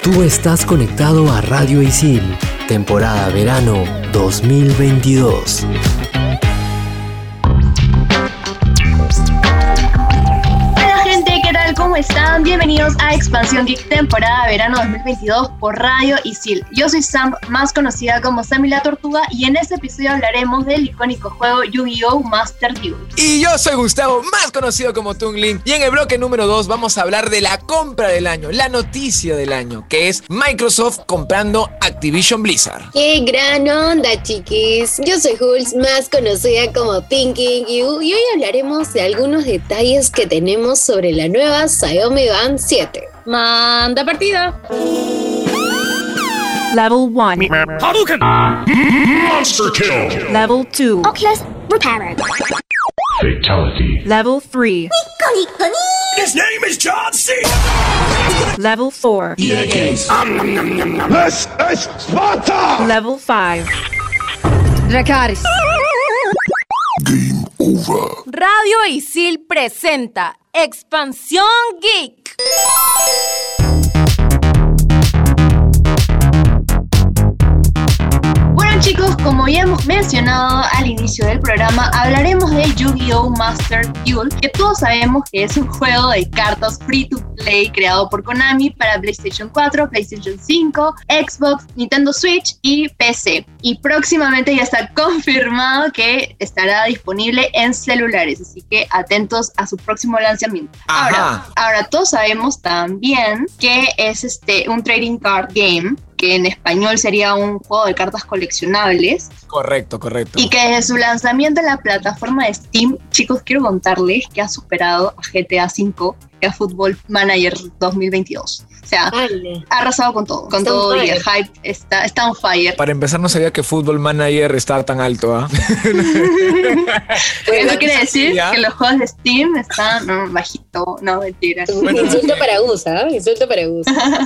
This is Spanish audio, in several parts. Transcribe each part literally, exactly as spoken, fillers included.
Tú estás conectado a Radio Isil, temporada verano dos mil veintidós. ¿Cómo están? Bienvenidos a Expansión Geek temporada verano dos mil veintidós por Radio Isil. Yo soy Sam, más conocida como Sammy la Tortuga, y en este episodio hablaremos del icónico juego Yu-Gi-Oh! Master Duel. Y yo soy Gustavo, más conocido como Tungling, y en el bloque número dos vamos a hablar de la compra del año, la noticia del año, que es Microsoft comprando Activision Blizzard. ¡Qué gran onda, chiquis! Yo soy Hulz, más conocida como Pinky You, y hoy hablaremos de algunos detalles que tenemos sobre la nueva Xiaomi Band siete. ¡Manda partida! Level one. Hadouken! Monster kill! Level two. Oculus repairer. Fatality. Level three. His name is John C. Level four. E A Games. This is Sparta! Level five. Dracarys. Game over. Radio Isil presenta Expansión Geek. Bueno, chicos, como ya hemos mencionado al inicio del programa, hablaremos de Yu-Gi-Oh! Master Duel, que todos sabemos que es un juego de cartas free to play creado por Konami para PlayStation cuatro, PlayStation cinco, Xbox, Nintendo Switch y P C. Y próximamente ya está confirmado que estará disponible en celulares, así que atentos a su próximo lanzamiento. Ahora, ahora todos sabemos también que es este un trading card game, que en español sería un juego de cartas coleccionables. Correcto, correcto. Y que desde su lanzamiento en la plataforma de Steam, chicos, quiero contarles que ha superado a G T A cinco y a Football Manager dos mil veintidós. O sea, Dale. ha arrasado con todo, con Está todo on y el fire. hype está, está on fire. Para empezar, no sabía que Football Manager estaba tan alto, ¿ah? Eso quiere decir ¿Ya? que los juegos de Steam están no, bajito, no, mentira. Bueno, Insulto para Gus, ¿ah? ¿eh? Insulto para Gus.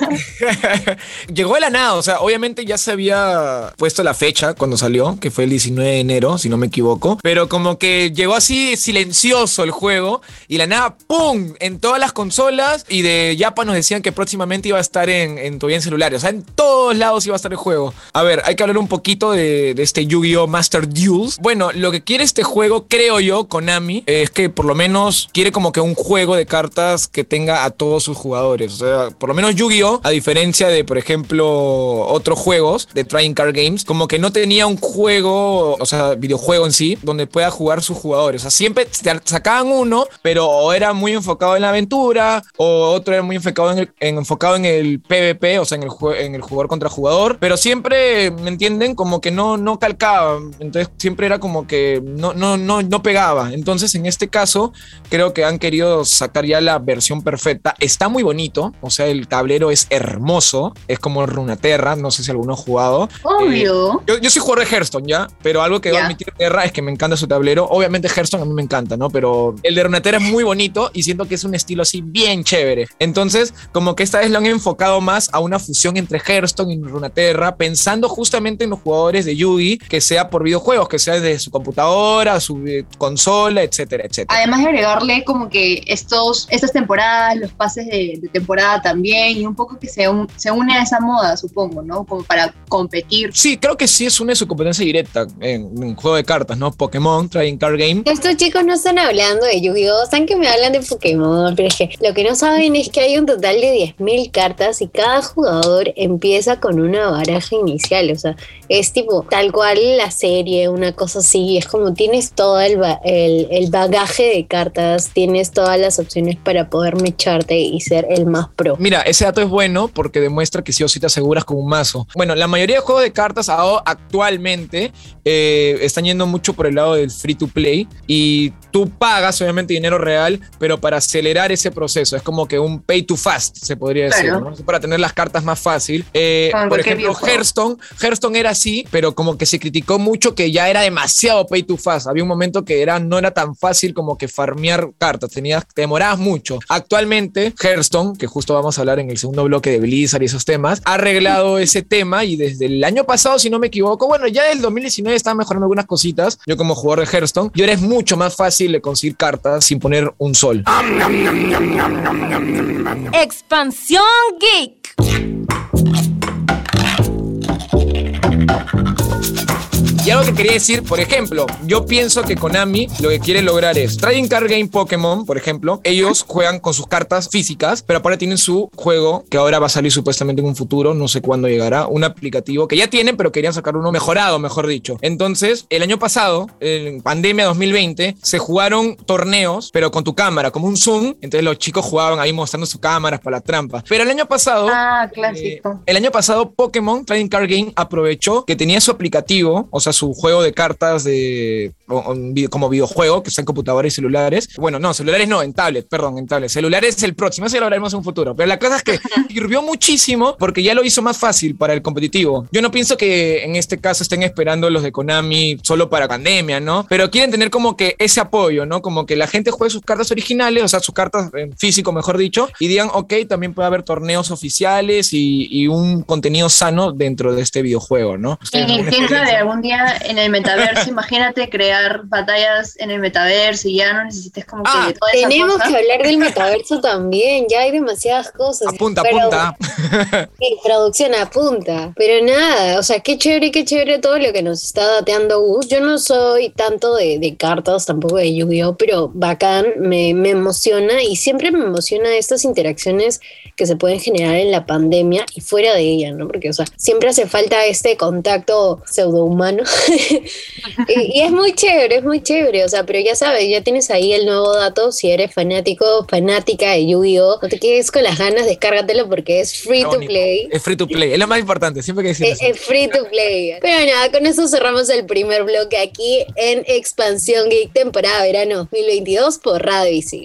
Llegó de la nada, o sea, obviamente ya se había puesto la fecha cuando salió, que fue el diecinueve de enero, si no me equivoco, pero como que llegó así silencioso el juego y la nada, ¡pum!, en todas las consolas, y de Japan nos decían que próximamente iba a estar en, en todavía en celulares, o sea, en todos lados iba a estar el juego. A ver, hay que hablar un poquito de, de este Yu-Gi-Oh! Master Duels. Bueno, lo que quiere este juego, creo yo, Konami, es que por lo menos quiere como que un juego de cartas que tenga a todos sus jugadores. O sea, por lo menos Yu-Gi-Oh!, a diferencia de, por ejemplo, otros juegos de Trading Card Games, como que no tenía un juego, o sea, videojuego en sí, donde pueda jugar sus jugadores. O sea, siempre sacaban uno, pero o era muy enfocado en la aventura, o otro era muy enfocado en el, en, enfocado en el PvP, o sea, en el, en el jugador contra jugador, pero siempre, ¿me entienden? Como que no, no calcaba, entonces siempre era como que no, no, no, no pegaba. Entonces, en este caso, creo que han querido sacar ya la versión perfecta. Está muy bonito, o sea, el tablero es hermoso, es como Runeterra, no sé si alguno ha jugado. Obvio. Eh, yo, yo soy jugador de Hearthstone, ¿ya? Pero algo que debo Ya. admitir, Terra, es que me encanta su tablero. Obviamente Hearthstone a mí me encanta, ¿no? Pero el de Runeterra es muy bonito y siento que es un estilo así bien chévere. Entonces, como que esta vez lo han enfocado más a una fusión entre Hearthstone y Runeterra, pensando justamente en los jugadores de Yugi, que sea por videojuegos, que sea desde su computadora, su eh, consola, etcétera, etcétera. Además de agregarle como que estos, estas temporadas, los pases de, de temporada también, y un poco que se, un, se une a esa moda, supongo, ¿no? Como para competir. Sí, creo que sí es una de su competencia directa en un juego de cartas, ¿no? Pokémon, Trading Card Game. Estos chicos no están hablando de Yu-Gi-Oh! Saben que me hablan de Pokémon, pero es que lo que no saben es que hay un total de diez mil cartas y cada jugador empieza con una baraja inicial. O sea, es tipo tal cual la serie, una cosa así. Es como tienes todo el, ba- el, el bagaje de cartas, tienes todas las opciones para poder mecharte y ser el más pro. Mira, ese dato es bueno porque demuestra que sí o sí te aseguras con un mazo. Bueno, la mayoría de juegos de cartas ahora, actualmente eh, están yendo mucho por el lado del free to play y tú pagas obviamente dinero real, pero para acelerar ese proceso es como que un pay to fast, se podría decir, Claro. ¿no? Para tener las cartas más fácil. Eh, Como en por cualquier ejemplo, videojuego. Hearthstone, Hearthstone era así, pero como que se criticó mucho que ya era demasiado pay to fast. Había un momento que era, no era tan fácil como que farmear cartas, tenías, te demorabas mucho. Actualmente, Hearthstone, que justo vamos a hablar en el segundo bloque de Blizzard y esos temas, ha arreglado ese tema y desde el año pasado, si no me equivoco, bueno, ya del dos mil diecinueve estaba mejorando algunas cositas. Yo como jugador de Hearthstone, y ahora es mucho más fácil de conseguir cartas sin poner un sol. Expansión Geek. algo que quería decir, por ejemplo, yo pienso que Konami lo que quiere lograr es Trading Card Game Pokémon, por ejemplo, ellos juegan con sus cartas físicas, pero ahora tienen su juego que ahora va a salir supuestamente en un futuro, no sé cuándo llegará, un aplicativo que ya tienen, pero querían sacar uno mejorado, mejor dicho. Entonces, el año pasado, en pandemia dos mil veinte, se jugaron torneos, pero con tu cámara, como un Zoom, entonces los chicos jugaban ahí mostrando sus cámaras para la trampa. Pero el año pasado, Ah, clásico. eh, el año pasado Pokémon Trading Card Game aprovechó que tenía su aplicativo, o sea, su juego de cartas de o- o vi- como videojuego que está en computadores y celulares. Bueno, no, celulares no, en tablet, perdón, en tablet. Celulares es el próximo, eso ya lo hablaremos en un futuro. Pero la cosa es que sirvió muchísimo porque ya lo hizo más fácil para el competitivo. Yo no pienso que en este caso estén esperando los de Konami solo para pandemia, ¿no? Pero quieren tener como que ese apoyo, ¿no? Como que la gente juegue sus cartas originales, o sea, sus cartas en físico, mejor dicho, y digan, ok, también puede haber torneos oficiales y, y un contenido sano dentro de este videojuego, ¿no? Y ¿Ustedes alguna quién sabe, experiencia? algún día en el metaverso, imagínate crear batallas en el metaverso y ya no necesites como que Ah, de toda esa Tenemos cosa. que hablar del metaverso también, ya hay demasiadas cosas. Apunta, Pero- apunta. Sí, producción apunta. Pero nada, o sea, qué chévere, qué chévere todo lo que nos está dateando Gus. Yo no soy tanto de, de cartas, tampoco de Yu-Gi-Oh, pero bacán, me, me emociona y siempre me emociona estas interacciones que se pueden generar en la pandemia y fuera de ella, ¿no? Porque, o sea, siempre hace falta este contacto pseudohumano y, y es muy chévere, es muy chévere, o sea, pero ya sabes, ya tienes ahí el nuevo dato, si eres fanático, fanática de Yu-Gi-Oh, no te quedes con las ganas, descárgatelo porque es free to play. Es free to play, es lo más importante, siempre hay que decir Es, eso. es free to play. Pero nada, con eso cerramos el primer bloque aquí en Expansión Geek, temporada verano dos mil veintidós por Radio Isil.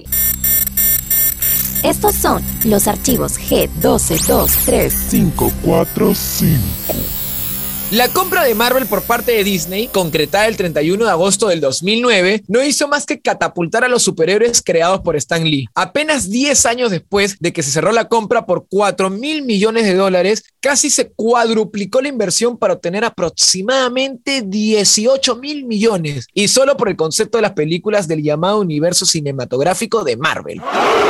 Estos son los archivos G doce veintitrés. cinco cuatro cinco. La compra de Marvel por parte de Disney, concretada el treinta y uno de agosto del dos mil nueve, no hizo más que catapultar a los superhéroes creados por Stan Lee. Apenas diez años después de que se cerró la compra por cuatro mil millones de dólares, casi se cuadruplicó la inversión para obtener aproximadamente dieciocho mil millones, y solo por el concepto de las películas del llamado universo cinematográfico de Marvel.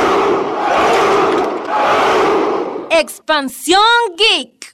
Expansión Geek.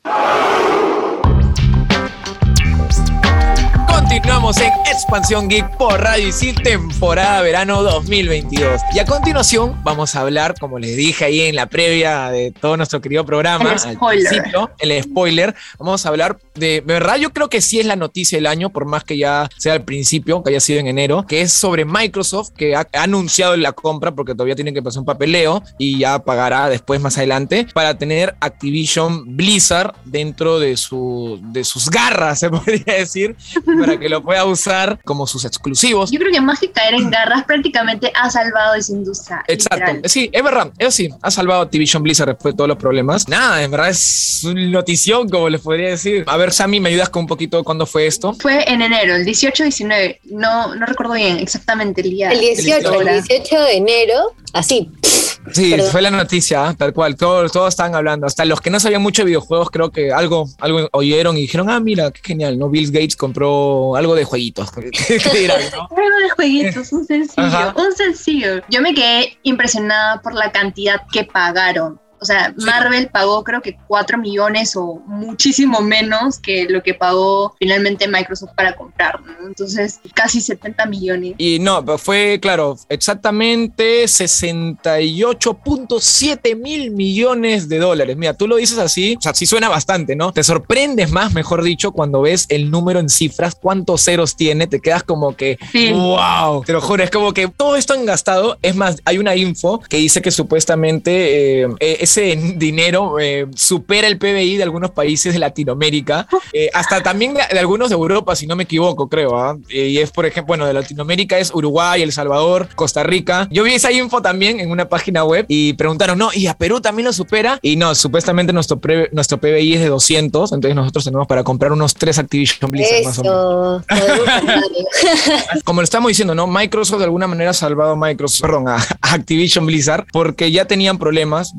Continuamos en Expansión Geek por Radio Isil, temporada verano dos mil veintidós. Y a continuación vamos a hablar, como les dije ahí en la previa de todo nuestro querido programa, El spoiler. al principio, el spoiler, vamos a hablar de, de verdad, yo creo que sí es la noticia del año, por más que ya sea al principio, que haya sido en enero, que es sobre Microsoft, que ha, ha anunciado la compra, porque todavía tienen que pasar un papeleo y ya pagará después más adelante, para tener Activision Blizzard dentro de, su, de sus garras, se podría decir, para que lo pueda usar como sus exclusivos. Yo creo que más que caer en garras, prácticamente ha salvado esa industria. Exacto, literal. sí, es verdad, eso sí, ha salvado Activision Blizzard después de todos los problemas. Nada, en verdad es una notición, como les podría decir. A ver, Sammy, ¿me ayudas con un poquito cuándo fue esto? Fue en enero, el dieciocho diecinueve. No, no recuerdo bien exactamente el día. El dieciocho, el hora. dieciocho de enero, así. Sí, Perdón. fue la noticia, ¿eh? Tal cual, todos, todos estaban hablando, hasta los que no sabían mucho de videojuegos creo que algo, algo oyeron y dijeron, ah, mira, qué genial, ¿no? Bill Gates compró algo de jueguitos. ¿Qué dirán, no? Algo de jueguitos, un sencillo, Ajá. un sencillo. Yo me quedé impresionada por la cantidad que pagaron. O sea, Sí. Marvel pagó creo que cuatro millones o muchísimo menos que lo que pagó finalmente Microsoft para comprar, ¿no? Entonces, casi setenta millones. Y no, pero fue, claro, exactamente sesenta y ocho punto siete mil millones de dólares. Mira, tú lo dices así, o sea, sí suena bastante, ¿no? Te sorprendes más, mejor dicho, cuando ves el número en cifras, cuántos ceros tiene, te quedas como que, Sí. wow, te lo juro, es como que todo esto han gastado. Es más, hay una info que dice que supuestamente eh, eh, ese dinero eh, supera el P B I de algunos países de Latinoamérica, eh, hasta también de, de algunos de Europa, si no me equivoco, creo. ¿ah? Eh, y es, por ejemplo, bueno, de Latinoamérica es Uruguay, El Salvador, Costa Rica. Yo vi esa info también en una página web y preguntaron, no, ¿y a Perú también lo supera? Y no, supuestamente nuestro, pre, nuestro P B I es de doscientos, entonces nosotros tenemos para comprar unos tres Activision Blizzard más o menos. Eso, podemos hablarlo. Como lo estamos diciendo, ¿no? Microsoft de alguna manera ha salvado a Microsoft, perdón, a Activision Blizzard, porque ya tenían problemas, por ahí algún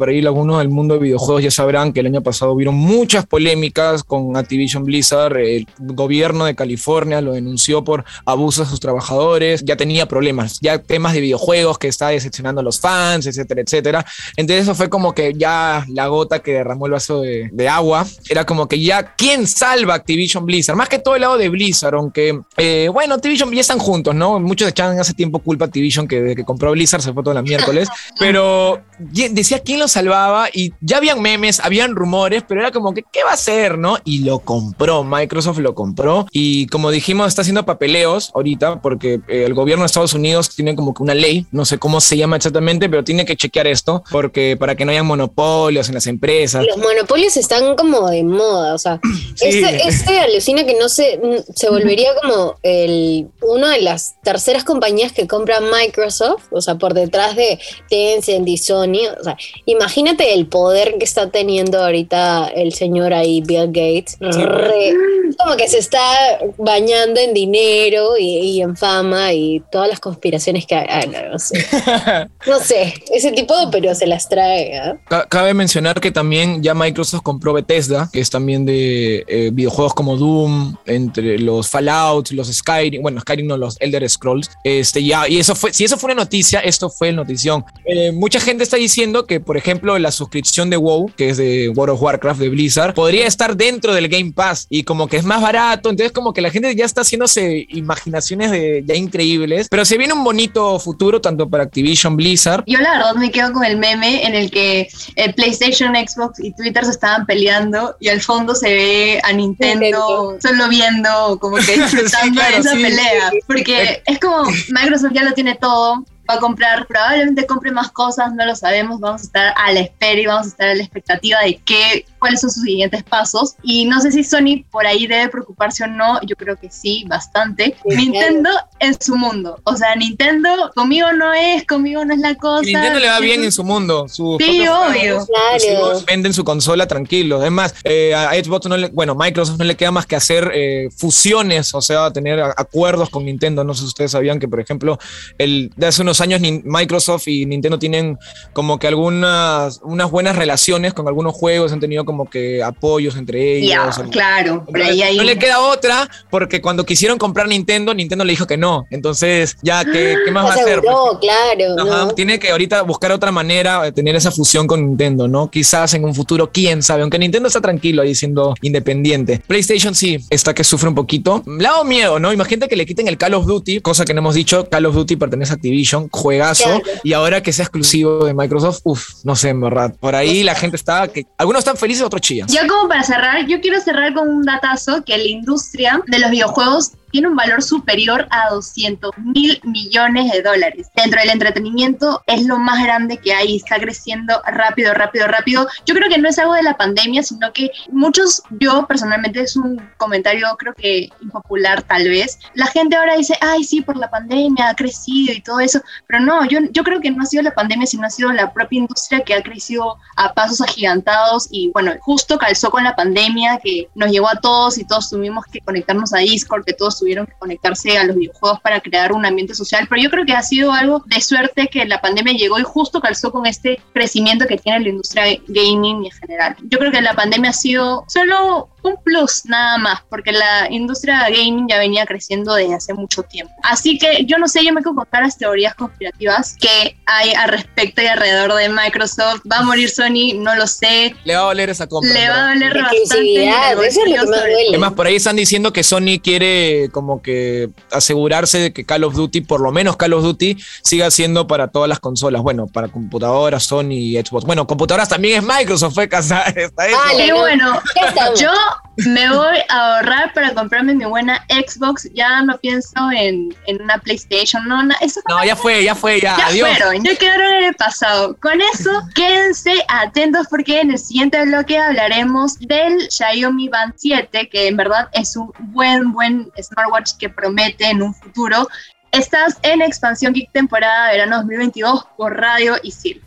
uno del mundo de videojuegos ya sabrán que el año pasado hubieron muchas polémicas con Activision Blizzard. El gobierno de California lo denunció por abusos a sus trabajadores, ya tenía problemas, ya temas de videojuegos que está decepcionando a los fans, etcétera, etcétera. Entonces eso fue como que ya la gota que derramó el vaso de, de agua. Era como que ya, ¿quién salva a Activision Blizzard? Más que todo el lado de Blizzard, aunque, eh, bueno, Activision ya están juntos, ¿no? Muchos echaban hace tiempo culpa a Activision que desde que compró Blizzard se fue toda la miércoles, pero decía quién lo salvaba y ya habían memes, habían rumores, pero era como que, ¿qué va a hacer, no? Y lo compró, Microsoft lo compró y como dijimos, está haciendo papeleos ahorita porque eh, el gobierno de Estados Unidos tiene como que una ley, no sé cómo se llama exactamente, pero tiene que chequear esto porque para que no haya monopolios en las empresas. Los monopolios están como de moda, o sea, sí. este, este alucina que no se, se volvería como el, una de las terceras compañías que compra Microsoft, o sea, por detrás de Tencent y Sony, o sea, imagínate el poder que está teniendo ahorita el señor ahí, Bill Gates, sí. Re, como que se está bañando en dinero y, y en fama y todas las conspiraciones que hay, no, no sé, no sé, ese tipo, pero se las trae, ¿eh? Cabe mencionar que también ya Microsoft compró Bethesda, que es también de eh, videojuegos como Doom, entre los Fallout, los Skyrim, bueno, Skyrim no, los Elder Scrolls, este, ya, y eso fue, si eso fue una noticia, esto fue el notición. Eh, mucha gente está diciendo que, por ejemplo, la suscripción de WoW, que es de World of Warcraft de Blizzard, podría estar dentro del Game Pass y como que es más barato, entonces como que la gente ya está haciéndose imaginaciones de, ya increíbles, pero se viene un bonito futuro tanto para Activision Blizzard. Yo la verdad me quedo con el meme en el que el PlayStation, Xbox y Twitter se estaban peleando y al fondo se ve a Nintendo solo viendo, como que disfrutando sí, claro, de esa sí, pelea, porque eh. es como Microsoft ya lo tiene todo, va a comprar, probablemente compre más cosas, no lo sabemos, vamos a estar a la espera y vamos a estar a la expectativa de qué, cuáles son sus siguientes pasos, y no sé si Sony por ahí debe preocuparse o no, yo creo que sí, bastante. Sí, Nintendo claro. en su mundo, o sea, Nintendo conmigo no es, conmigo no es la cosa. Nintendo le va bien en su mundo, su sí, obvio. Claro. Venden su consola tranquilo, es más, eh, a Xbox no le, bueno, Microsoft no le queda más que hacer eh, fusiones, o sea, tener acuerdos con Nintendo, no sé si ustedes sabían que, por ejemplo, el, de hace unos años Microsoft y Nintendo tienen como que algunas unas buenas relaciones con algunos juegos, han tenido como que apoyos entre ellos. Yeah, o, claro, pero ahí, ahí no le queda otra porque cuando quisieron comprar Nintendo, Nintendo le dijo que no, entonces ya, ¿qué, qué más va a hacer? No, claro. Ajá, no. Tiene que ahorita buscar otra manera de tener esa fusión con Nintendo, ¿no? Quizás en un futuro, quién sabe, aunque Nintendo está tranquilo ahí siendo independiente. PlayStation sí, está que sufre un poquito. Le ha dado miedo, ¿no? Imagínate que le quiten el Call of Duty, cosa que no hemos dicho, Call of Duty pertenece a Activision, juegazo, claro. Y ahora que sea exclusivo de Microsoft, uff, no sé, en verdad. Por ahí la gente está, que algunos están felices, otros chillas. Ya como para cerrar, yo quiero cerrar con un datazo que la industria de los videojuegos tiene un valor superior a doscientos mil millones de dólares. Dentro del entretenimiento es lo más grande que hay, está creciendo rápido, rápido, rápido. Yo creo que no es algo de la pandemia, sino que muchos, yo personalmente, es un comentario creo que impopular tal vez, la gente ahora dice, ay sí, por la pandemia ha crecido y todo eso, pero no, yo, yo creo que no ha sido la pandemia, sino ha sido la propia industria que ha crecido a pasos agigantados y bueno, justo calzó con la pandemia que nos llegó a todos y todos tuvimos que conectarnos a Discord, que todos tuvieron que conectarse a los videojuegos para crear un ambiente social, pero yo creo que ha sido algo de suerte que la pandemia llegó y justo calzó con este crecimiento que tiene la industria gaming en general. Yo creo que la pandemia ha sido solo un plus nada más, porque la industria gaming ya venía creciendo desde hace mucho tiempo. Así que yo no sé, yo me quedo con las teorías conspirativas que hay al respecto y alrededor de Microsoft. ¿Va a morir Sony? No lo sé. Le va a doler esa compra. Le va a doler bastante. Eso es lo que más duele. Además, por ahí están diciendo que Sony quiere como que asegurarse de que Call of Duty, por lo menos Call of Duty, siga siendo para todas las consolas. Bueno, para computadoras, Sony y Xbox. Bueno, computadoras también es Microsoft, fue casada. Está eso. Vale, bueno, yo me voy a ahorrar para comprarme mi buena Xbox. Ya no pienso en, en una PlayStation. No, no, eso no, ya fue, ya fue, ya. Ya adiós. fueron, ya quedaron en el pasado. Con eso, quédense atentos porque en el siguiente bloque hablaremos del Xiaomi Band siete, que en verdad es un buen, buen smartwatch que promete en un futuro. Estás en Expansión Geek temporada verano dos mil veintidós por Radio Isil.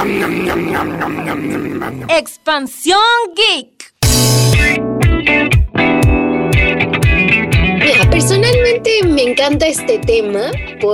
Expansión Geek. Mira, personalmente realmente me encanta este tema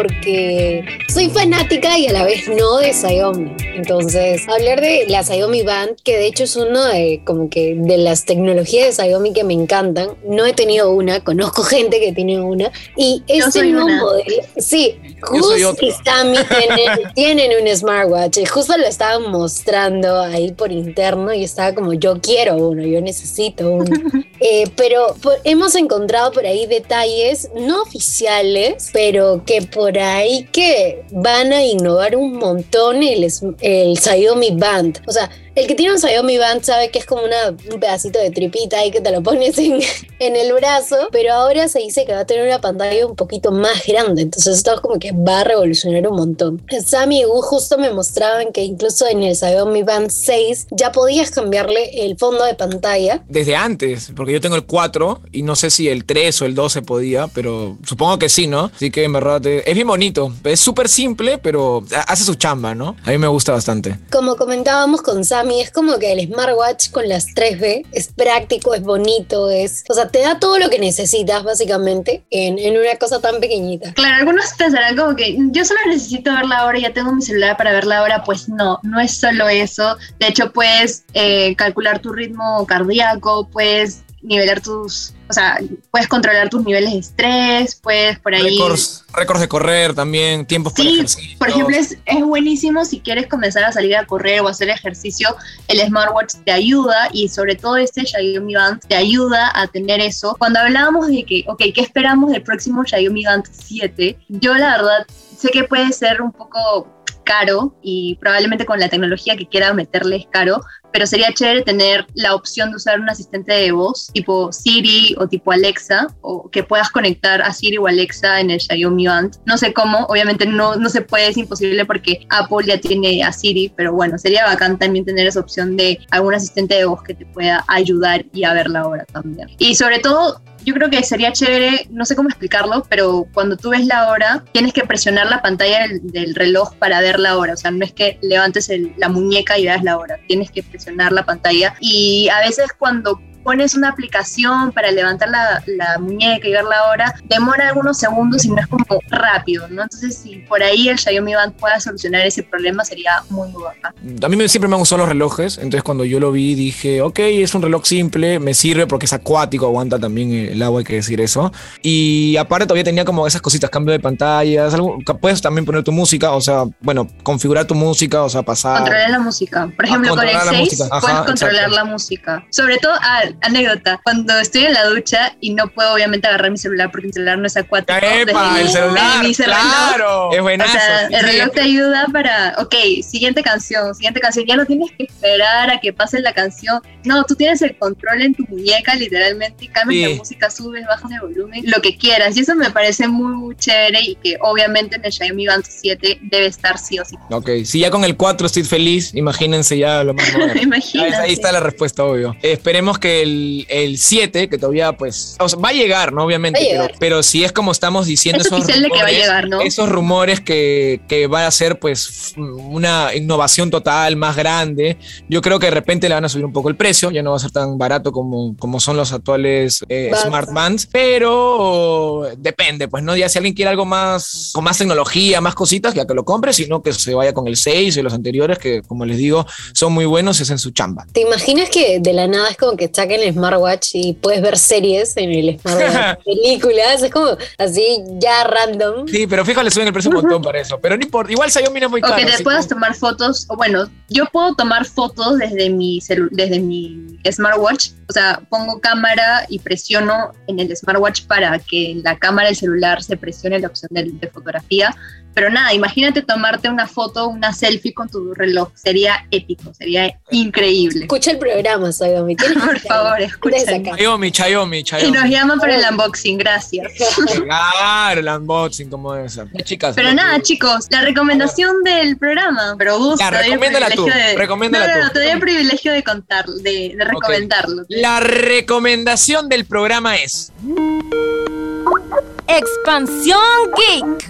porque soy fanática y a la vez no de Xiaomi. Entonces, hablar de la Xiaomi Band, que de hecho es una de, como que de las tecnologías de Xiaomi que me encantan. No he tenido una, conozco gente que tiene una. Y Yo este soy nuevo una. modelo, sí, Yo soy Gus otro. y Sammy tienen, tienen un smartwatch. Y justo lo estaban mostrando ahí por interno y estaba como, yo quiero uno, yo necesito uno. Eh, pero por- hemos encontrado por ahí detalles no oficiales, pero que por ahí que van a innovar un montón el, es- el Xiaomi Band. O sea, el que tiene un Xiaomi Band sabe que es como una, un pedacito de tripita ahí que te lo pones en, en el brazo, pero ahora se dice que va a tener una pantalla un poquito más grande, entonces esto es como que va a revolucionar un montón. Sammy y Gu justo me mostraban que incluso en el Xiaomi Band seis ya podías cambiarle el fondo de pantalla. Desde antes, porque yo tengo el cuatro y no sé si el tres o el dos se podía, pero supongo que sí, ¿no? Así que en verdad eh, es bien bonito. Es súper simple, pero hace su chamba, ¿no? A mí me gusta bastante. Como comentábamos con Sammy, es como que el smartwatch con las tres B es práctico, es bonito, es, o sea, te da todo lo que necesitas básicamente en, en una cosa tan pequeñita. Claro, algunos pensarán como que yo solo necesito ver la hora y ya tengo mi celular para ver la hora. Pues no, no es solo eso. De hecho, puedes eh, calcular tu ritmo cardíaco, puedes nivelar tus, o sea, puedes controlar tus niveles de estrés, puedes por ahí... Récords, récords de correr también, tiempos para Sí, ejercicio. por ejemplo, es, es buenísimo si quieres comenzar a salir a correr o a hacer ejercicio. El smartwatch te ayuda, y sobre todo este Xiaomi Band te ayuda a tener eso. Cuando hablábamos de que, ok, ¿qué esperamos del próximo Xiaomi Band siete? Yo la verdad sé que puede ser un poco caro y probablemente con la tecnología que quiera meterle es caro, pero sería chévere tener la opción de usar un asistente de voz tipo Siri o tipo Alexa, o que puedas conectar a Siri o Alexa en el Xiaomi Band. No sé cómo, obviamente no, no se puede, es imposible porque Apple ya tiene a Siri, pero bueno, sería bacán también tener esa opción de algún asistente de voz que te pueda ayudar y a ver la hora también. Y sobre todo, yo creo que sería chévere, no sé cómo explicarlo, pero cuando tú ves la hora, tienes que presionar la pantalla del, del reloj para ver la hora. O sea, no es que levantes el, la muñeca y veas la hora, tienes que presionar la pantalla. Y a veces cuando pones una aplicación para levantar la, la muñeca y ver la hora, demora algunos segundos y no es como rápido, ¿no? Entonces, si por ahí el Xiaomi Band pueda solucionar ese problema, sería muy, muy bacán. A mí me, siempre me han gustado los relojes, entonces cuando yo lo vi dije, ok, es un reloj simple, me sirve porque es acuático, aguanta también el agua, hay que decir eso. Y aparte todavía tenía como esas cositas, cambio de pantallas, algo, puedes también poner tu música, o sea, bueno, configurar tu música, o sea, pasar... Controlar la música. Por ejemplo, Ah, con el controlar la seis música. Ajá, puedes controlar exacto. la música. Sobre todo, ah, anécdota, cuando estoy en la ducha y no puedo obviamente agarrar mi celular porque mi celular no es acuático. ¡Epa! desde El mi- celular, desde mi reloj, claro. Es O buenazo. sea, sí, el sí. reloj te ayuda para, ok, siguiente canción, siguiente canción, ya no tienes que esperar a que pase la canción, no, tú tienes el control en tu muñeca literalmente, y cambias Sí. la música, subes, bajas el volumen, lo que quieras, y eso me parece muy, muy chévere, y que obviamente en el Xiaomi Band siete debe estar sí o sí. Ok, si ya con el cuatro estoy feliz, imagínense ya lo más moderno. Imagínate. Ahí está la respuesta, obvio. Eh, esperemos que el, el siete, que todavía pues, o sea, va a llegar, ¿no? Obviamente, Va a pero, llegar. pero si es como estamos diciendo, Es esos oficial de que va a rumores, llegar, ¿no? esos rumores que, que va a ser pues una innovación total, más grande, yo creo que de repente le van a subir un poco el precio, ya no va a ser tan barato como, como son los actuales eh, Bands. Smart Bands, pero depende, pues, ¿no? Ya si alguien quiere algo más, con más tecnología, más cositas, ya que lo compre, sino que se vaya con el seis y los anteriores, que como les digo, son muy buenos y hacen su chamba. ¿Te imaginas que de la nada es como que saquen el smartwatch y puedes ver series en el smartwatch, películas? Es como así ya random. Sí, pero fíjate, le suben el precio un montón para eso. Pero no importa, igual Xiaomi no es muy O caro. que te así puedas que- tomar fotos, o bueno, yo puedo tomar fotos desde mi celu- desde mi smartwatch, o sea, pongo cámara y presiono en el smartwatch para que la cámara del celular se presione la opción de, de fotografía, pero nada, imagínate tomarte una foto, una selfie con tu reloj, sería épico, sería increíble. Escucha el programa, Xiaomi. Tienes que Por escucharlo. favor, Antes de escúchalo. sacar. Xiaomi, Xiaomi, Y Xiaomi. nos llaman para el unboxing, gracias. Claro, el unboxing como esa. Eh, chicas. Pero lo nada, que- chicos, la recomendación del programa. Pero Gus, Ya, te doy el recomiéndala tú, privilegio de- recomiéndala no, no, no, tú. te doy el privilegio de contar, de, de recomendarlo. La recomendación del programa es Expansión Geek.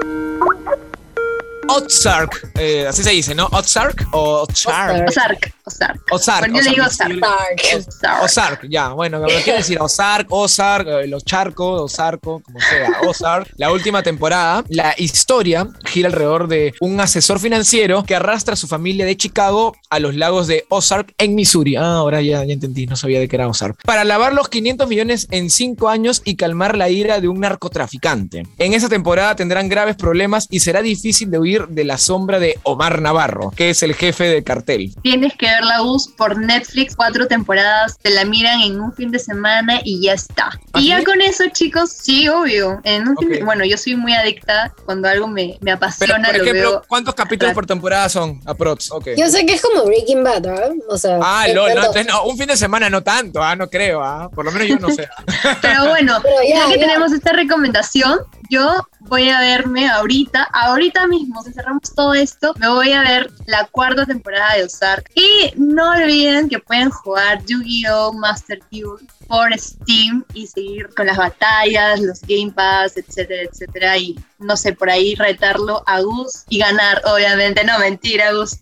Ozark. Eh, así se dice, ¿no? Ozark o Ozark. Ozark. Ozark. Ozark. Bueno, yo le digo Ozark. Ozark. Ozark. Ozark, ya, bueno, me quiero decir Ozark, Ozark, eh, los charcos, Ozarco, como sea, Ozark. La última temporada, la historia gira alrededor de un asesor financiero que arrastra a su familia de Chicago a los lagos de Ozark en Missouri. Ah, ahora ya, ya entendí, no sabía de qué era Ozark. Para lavar los quinientos millones en cinco años y calmar la ira de un narcotraficante. En esa temporada tendrán graves problemas y será difícil de huir de la sombra de Omar Navarro, que es el jefe del cartel. Tienes que ver la U S por Netflix, cuatro temporadas, te la miran en un fin de semana y ya está. ¿Ah, y ya sí? con eso, chicos, sí, obvio. En un fin Ok. de, bueno, yo soy muy adicta cuando algo me, me Pero, apasiona, por lo ejemplo, veo. ¿cuántos capítulos por temporada son? Aprox, ok. Yo sé que es como Breaking Bad, ¿verdad? O sea, Ah, es lol, no, tanto- entonces no, un fin de semana no tanto, ah, no creo, ah, por lo menos yo no sé. Pero bueno, Pero ya, ya que ya. tenemos esta recomendación, yo voy a verme ahorita, ahorita mismo, si cerramos todo esto, me voy a ver la cuarta temporada de Ozark. Y no olviden que pueden jugar Yu-Gi-Oh! Master Duel por Steam y seguir con las batallas, los Game Pass, etcétera, etcétera. Y no sé, por ahí retarlo a Gus y ganar, obviamente. No, mentira, Gus.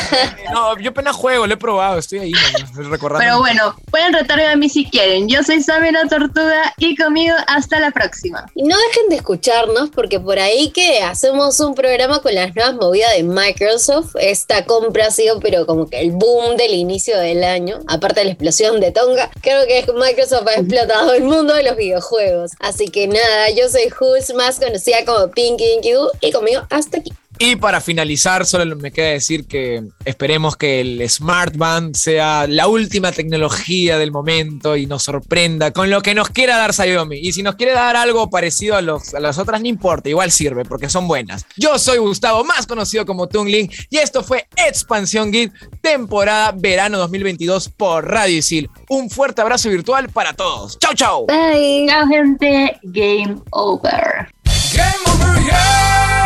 No, yo apenas juego, lo he probado, estoy ahí nomás, recordando. Pero bueno, pueden retarme a mí si quieren. Yo soy Sammy la Tortuga y conmigo hasta la próxima. Y no dejen de escucharnos porque por ahí que hacemos un programa con las nuevas movidas de Microsoft. Esta compra ha sido pero como que el boom del inicio del año. Aparte de la explosión de Tonga, creo que Microsoft ha explotado el mundo de los videojuegos. Así que nada, yo soy Hus, más conocida como Pinky Dinky Doo, y conmigo hasta aquí. Y para finalizar, solo me queda decir que esperemos que el Smart Band sea la última tecnología del momento y nos sorprenda con lo que nos quiera dar Xiaomi. Y si nos quiere dar algo parecido a, los, a las otras, no importa, igual sirve porque son buenas. Yo soy Gustavo, más conocido como Tungling, y esto fue Expansión Geek, temporada verano dos mil veintidós por Radio Isil. Un fuerte abrazo virtual para todos. ¡Chau, chau! Bye. Chao, gente. Game over. Game over, yeah!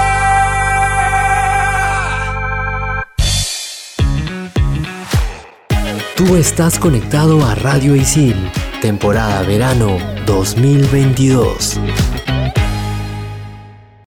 Tú estás conectado a Radio Isil, temporada verano dos mil veintidós.